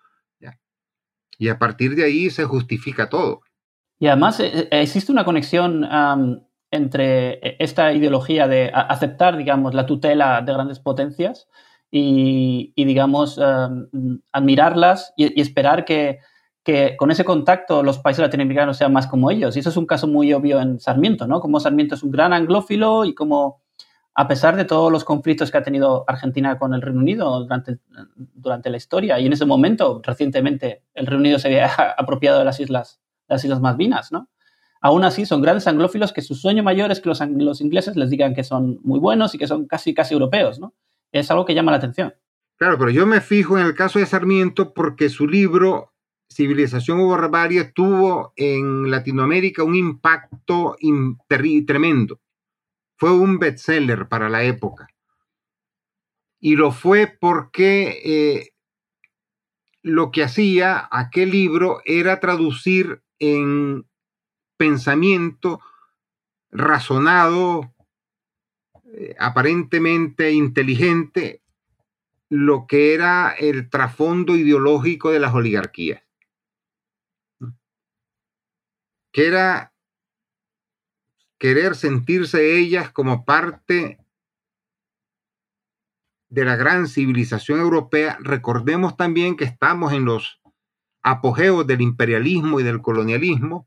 Y a partir de ahí se justifica todo. Y además eh, existe una conexión um, entre esta ideología de aceptar, digamos, la tutela de grandes potencias y, y digamos, um, admirarlas y, y esperar que, que con ese contacto los países latinoamericanos sean más como ellos. Y eso es un caso muy obvio en Sarmiento, ¿no? Como Sarmiento es un gran anglófilo y como, a pesar de todos los conflictos que ha tenido Argentina con el Reino Unido durante, durante la historia, y en ese momento, recientemente, el Reino Unido se había apropiado de las Islas, las Islas Malvinas, ¿no? Aún así, son grandes anglófilos que su sueño mayor es que los, los ingleses les digan que son muy buenos y que son casi, casi europeos, ¿no? Es algo que llama la atención. Claro, pero yo me fijo en el caso de Sarmiento porque su libro Civilización o Barbarie tuvo en Latinoamérica un impacto tremendo. Fue un bestseller para la época. Y lo fue porque eh, lo que hacía aquel libro era traducir en pensamiento razonado, eh, aparentemente inteligente, lo que era el trasfondo ideológico de las oligarquías. Que era querer sentirse ellas como parte de la gran civilización europea. Recordemos también que estamos en los apogeos del imperialismo y del colonialismo,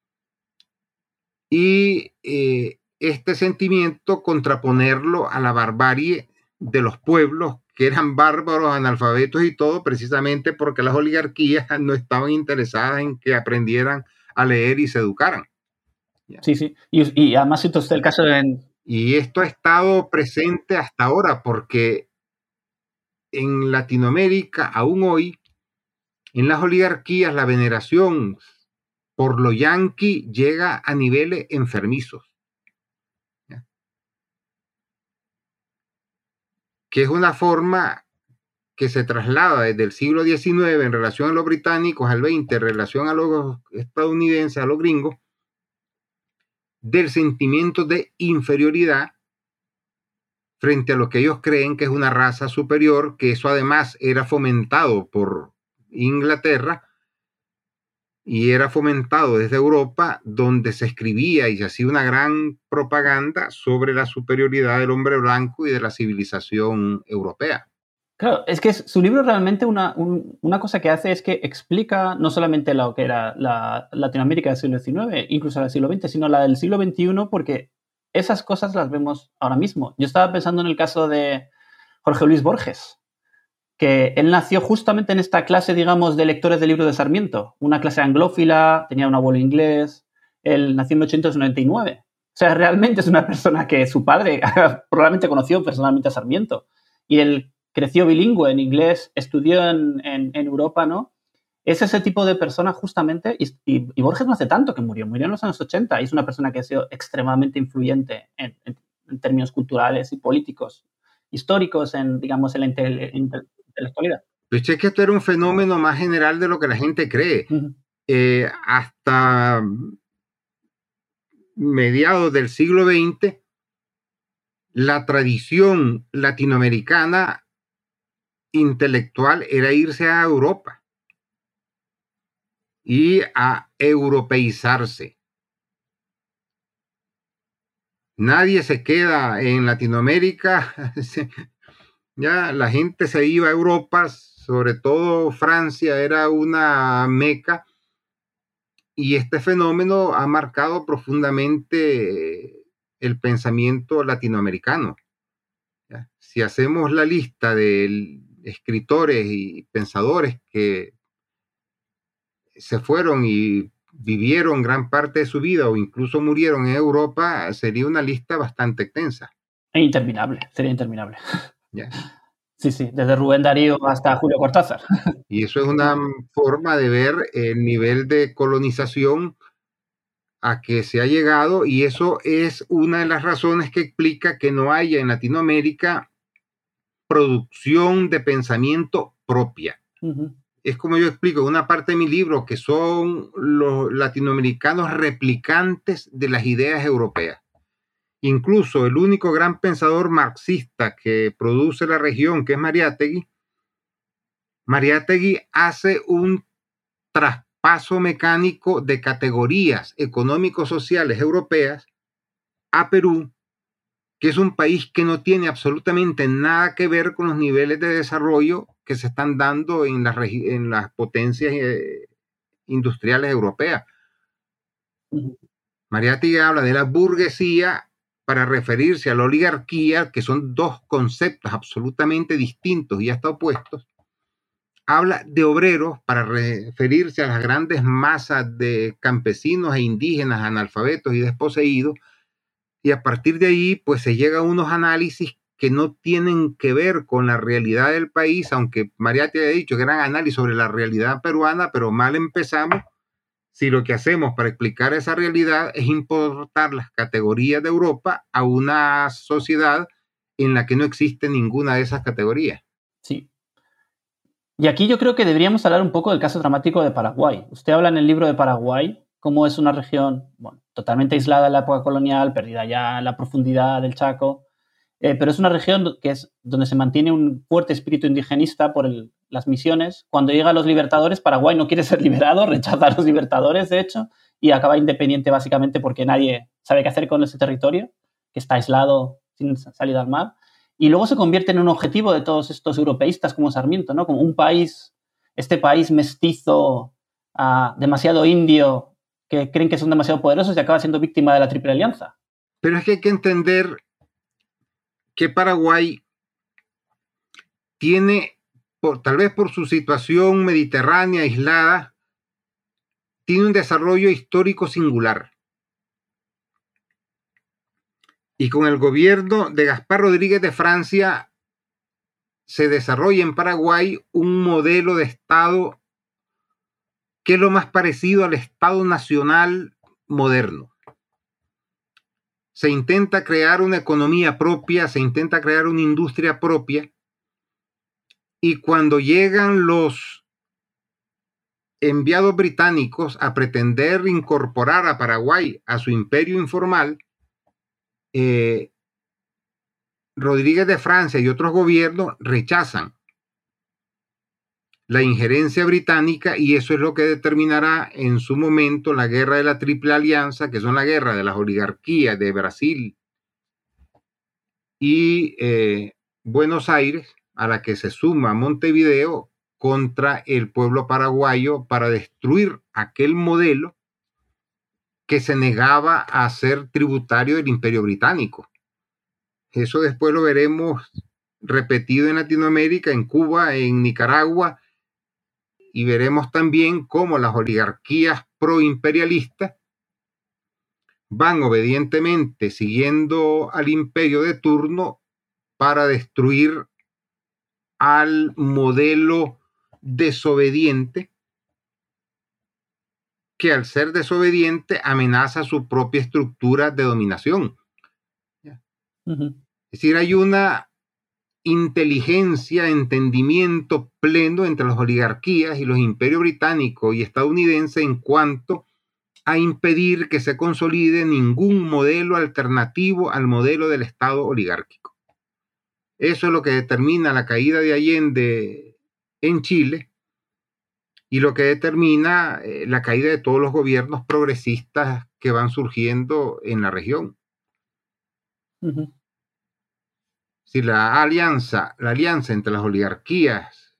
y eh, este sentimiento contraponerlo a la barbarie de los pueblos que eran bárbaros, analfabetos y todo, precisamente porque las oligarquías no estaban interesadas en que aprendieran a leer y se educaran. Sí, sí. Y, y además cita usted el caso de... Y esto ha estado presente hasta ahora porque en Latinoamérica, aún hoy, en las oligarquías, la veneración por lo yanqui llega a niveles enfermizos. ¿Ya? Que es una forma que se traslada desde el siglo diecinueve en relación a los británicos, al veinte en relación a los estadounidenses, a los gringos, del sentimiento de inferioridad frente a lo que ellos creen que es una raza superior, que eso además era fomentado por Inglaterra y era fomentado desde Europa, donde se escribía y se hacía una gran propaganda sobre la superioridad del hombre blanco y de la civilización europea. Claro, es que su libro realmente una, un, una cosa que hace es que explica no solamente lo que era la Latinoamérica del siglo diecinueve, incluso del siglo veinte, sino la del siglo veintiuno, porque esas cosas las vemos ahora mismo. Yo estaba pensando en el caso de, Jorge Luis Borges, que él nació justamente en esta clase, digamos, de lectores del libro de Sarmiento, una clase anglófila, tenía un abuelo inglés, él nació en mil ochocientos noventa y nueve. O sea, realmente es una persona que su padre probablemente conoció personalmente a Sarmiento. Y él creció bilingüe en inglés, estudió en, en, en Europa, ¿no? Es ese tipo de persona justamente, y, y, y Borges no hace tanto que murió, murió en los años ochenta, y es una persona que ha sido extremadamente influyente en, en, en términos culturales y políticos, históricos, en, digamos, en la inte, inte, intelectualidad. Pues es que esto era un fenómeno más general de lo que la gente cree. Uh-huh. Eh, hasta mediados del siglo veinte, la tradición latinoamericana intelectual era irse a Europa y a europeizarse. Nadie se queda en Latinoamérica. Ya la gente se iba a Europa, sobre todo Francia era una meca, y este fenómeno ha marcado profundamente el pensamiento latinoamericano. ¿Ya? Si hacemos la lista de escritores y pensadores que se fueron y vivieron gran parte de su vida o incluso murieron en Europa, sería una lista bastante extensa. E interminable, sería interminable. ¿Ya? Sí, sí, desde Rubén Darío hasta Julio Cortázar. Y eso es una forma de ver el nivel de colonización a que se ha llegado, y eso es una de las razones que explica que no haya en Latinoamérica producción de pensamiento propia. Uh-huh. Es como yo explico en una parte de mi libro, que son los latinoamericanos replicantes de las ideas europeas. Incluso el único gran pensador marxista que produce la región, que es Mariátegui, Mariátegui hace un traspaso mecánico de categorías económico-sociales europeas a Perú, que es un país que no tiene absolutamente nada que ver con los niveles de desarrollo que se están dando en las, en las potencias eh, industriales europeas. Uh-huh. Mariátegui habla de la burguesía para referirse a la oligarquía, que son dos conceptos absolutamente distintos y hasta opuestos. Habla de obreros para referirse a las grandes masas de campesinos e indígenas, analfabetos y desposeídos, y a partir de ahí pues se llega a unos análisis que no tienen que ver con la realidad del país, aunque Mariátegui ha dicho gran análisis sobre la realidad peruana, pero mal empezamos si lo que hacemos para explicar esa realidad es importar las categorías de Europa a una sociedad en la que no existe ninguna de esas categorías. Sí. Y aquí yo creo que deberíamos hablar un poco del caso dramático de Paraguay. Usted habla en el libro de Paraguay cómo es una región, bueno, totalmente aislada en la época colonial, perdida ya en la profundidad del Chaco, eh, pero es una región que es donde se mantiene un fuerte espíritu indigenista por el, las misiones. Cuando llegan los libertadores, Paraguay no quiere ser liberado, rechaza a los libertadores, de hecho, y acaba independiente básicamente porque nadie sabe qué hacer con ese territorio, que está aislado sin salida al mar. Y luego se convierte en un objetivo de todos estos europeístas como Sarmiento, ¿no? Como un país, este país mestizo, uh, demasiado indio, que creen que son demasiado poderosos y acaba siendo víctima de la Triple Alianza. Pero es que hay que entender que Paraguay tiene, por, tal vez por su situación mediterránea aislada, tiene un desarrollo histórico singular. Y con el gobierno de Gaspar Rodríguez de Francia se desarrolla en Paraguay un modelo de Estado que es lo más parecido al Estado nacional moderno. Se intenta crear una economía propia, se intenta crear una industria propia, y cuando llegan los enviados británicos a pretender incorporar a Paraguay a su imperio informal, eh, Rodríguez de Francia y otros gobiernos rechazan la injerencia británica, y eso es lo que determinará en su momento la guerra de la Triple Alianza, que son la guerra de las oligarquías de Brasil y eh, Buenos Aires, a la que se suma Montevideo, contra el pueblo paraguayo para destruir aquel modelo que se negaba a ser tributario del Imperio Británico. Eso después lo veremos repetido en Latinoamérica, en Cuba, en Nicaragua, y veremos también cómo las oligarquías proimperialistas van obedientemente siguiendo al imperio de turno para destruir al modelo desobediente, que al ser desobediente amenaza su propia estructura de dominación. Uh-huh. Es decir, hay una inteligencia, entendimiento pleno entre las oligarquías y los imperios británico y estadounidense en cuanto a impedir que se consolide ningún modelo alternativo al modelo del Estado oligárquico. Eso es lo que determina la caída de Allende en Chile y lo que determina eh, la caída de todos los gobiernos progresistas que van surgiendo en la región. Uh-huh. Si la alianza, la alianza entre las oligarquías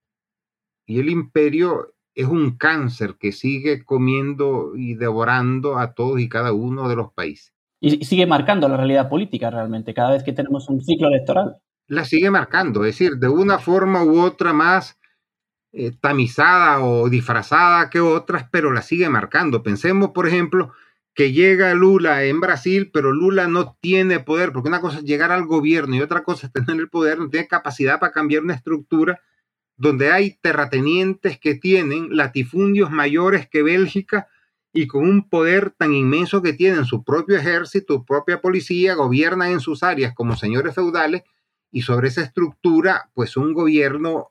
y el imperio es un cáncer que sigue comiendo y devorando a todos y cada uno de los países. Y sigue marcando la realidad política realmente, cada vez que tenemos un ciclo electoral. La sigue marcando, es decir, de una forma u otra más eh, tamizada o disfrazada que otras, pero la sigue marcando. Pensemos, por ejemplo, que llega Lula en Brasil, pero Lula no tiene poder, porque una cosa es llegar al gobierno y otra cosa es tener el poder, no tiene capacidad para cambiar una estructura donde hay terratenientes que tienen latifundios mayores que Bélgica y con un poder tan inmenso que tienen su propio ejército, su propia policía, gobiernan en sus áreas como señores feudales, y sobre esa estructura, pues un gobierno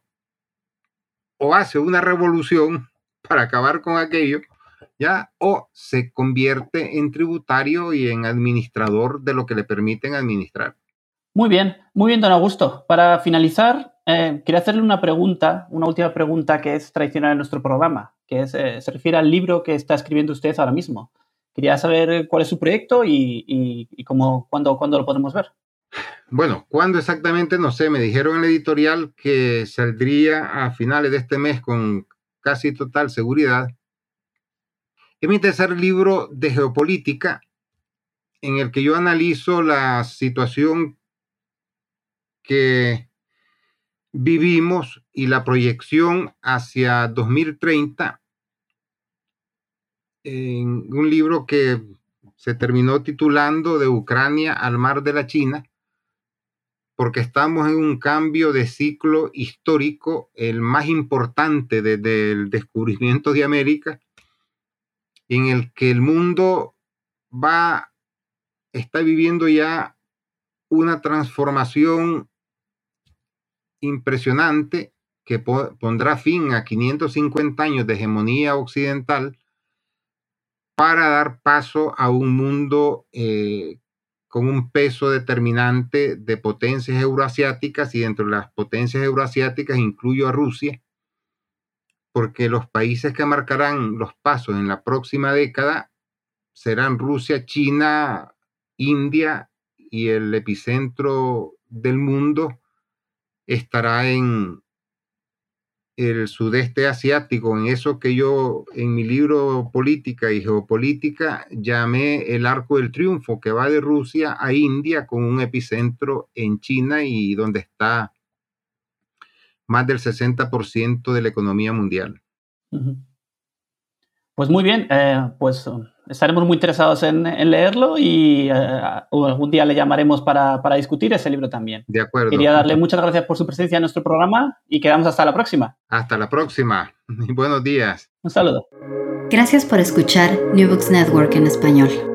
o hace una revolución para acabar con aquello, ¿ya? O se convierte en tributario y en administrador de lo que le permiten administrar. Muy bien, muy bien, don Augusto. Para finalizar, eh, quería hacerle una pregunta, una última pregunta que es tradicional en nuestro programa, que es, eh, se refiere al libro que está escribiendo usted ahora mismo. Quería saber cuál es su proyecto y, y, y cómo, cuándo, cuándo lo podemos ver. Bueno, ¿cuándo exactamente? No sé, me dijeron en la editorial que saldría a finales de este mes con casi total seguridad. Es mi tercer libro de geopolítica en el que yo analizo la situación que vivimos y la proyección hacia dos mil treinta en un libro que se terminó titulando De Ucrania al Mar de la China, porque estamos en un cambio de ciclo histórico, el más importante desde el descubrimiento de América, en el que el mundo va, está viviendo ya una transformación impresionante que po- pondrá fin a quinientos cincuenta años de hegemonía occidental para dar paso a un mundo eh, con un peso determinante de potencias euroasiáticas, y dentro de las potencias euroasiáticas incluyo a Rusia, porque los países que marcarán los pasos en la próxima década serán Rusia, China, India, y el epicentro del mundo estará en el sudeste asiático, en eso que yo en mi libro Política y Geopolítica llamé el Arco del Triunfo, que va de Rusia a India con un epicentro en China y donde está más del sesenta por ciento de la economía mundial. Uh-huh. Pues muy bien, eh, pues estaremos muy interesados en, en leerlo y eh, algún día le llamaremos para, para discutir ese libro también. De acuerdo. Quería darle muchas gracias por su presencia en nuestro programa y quedamos hasta la próxima. Hasta la próxima. Buenos días. Un saludo. Gracias por escuchar New Books Network en español.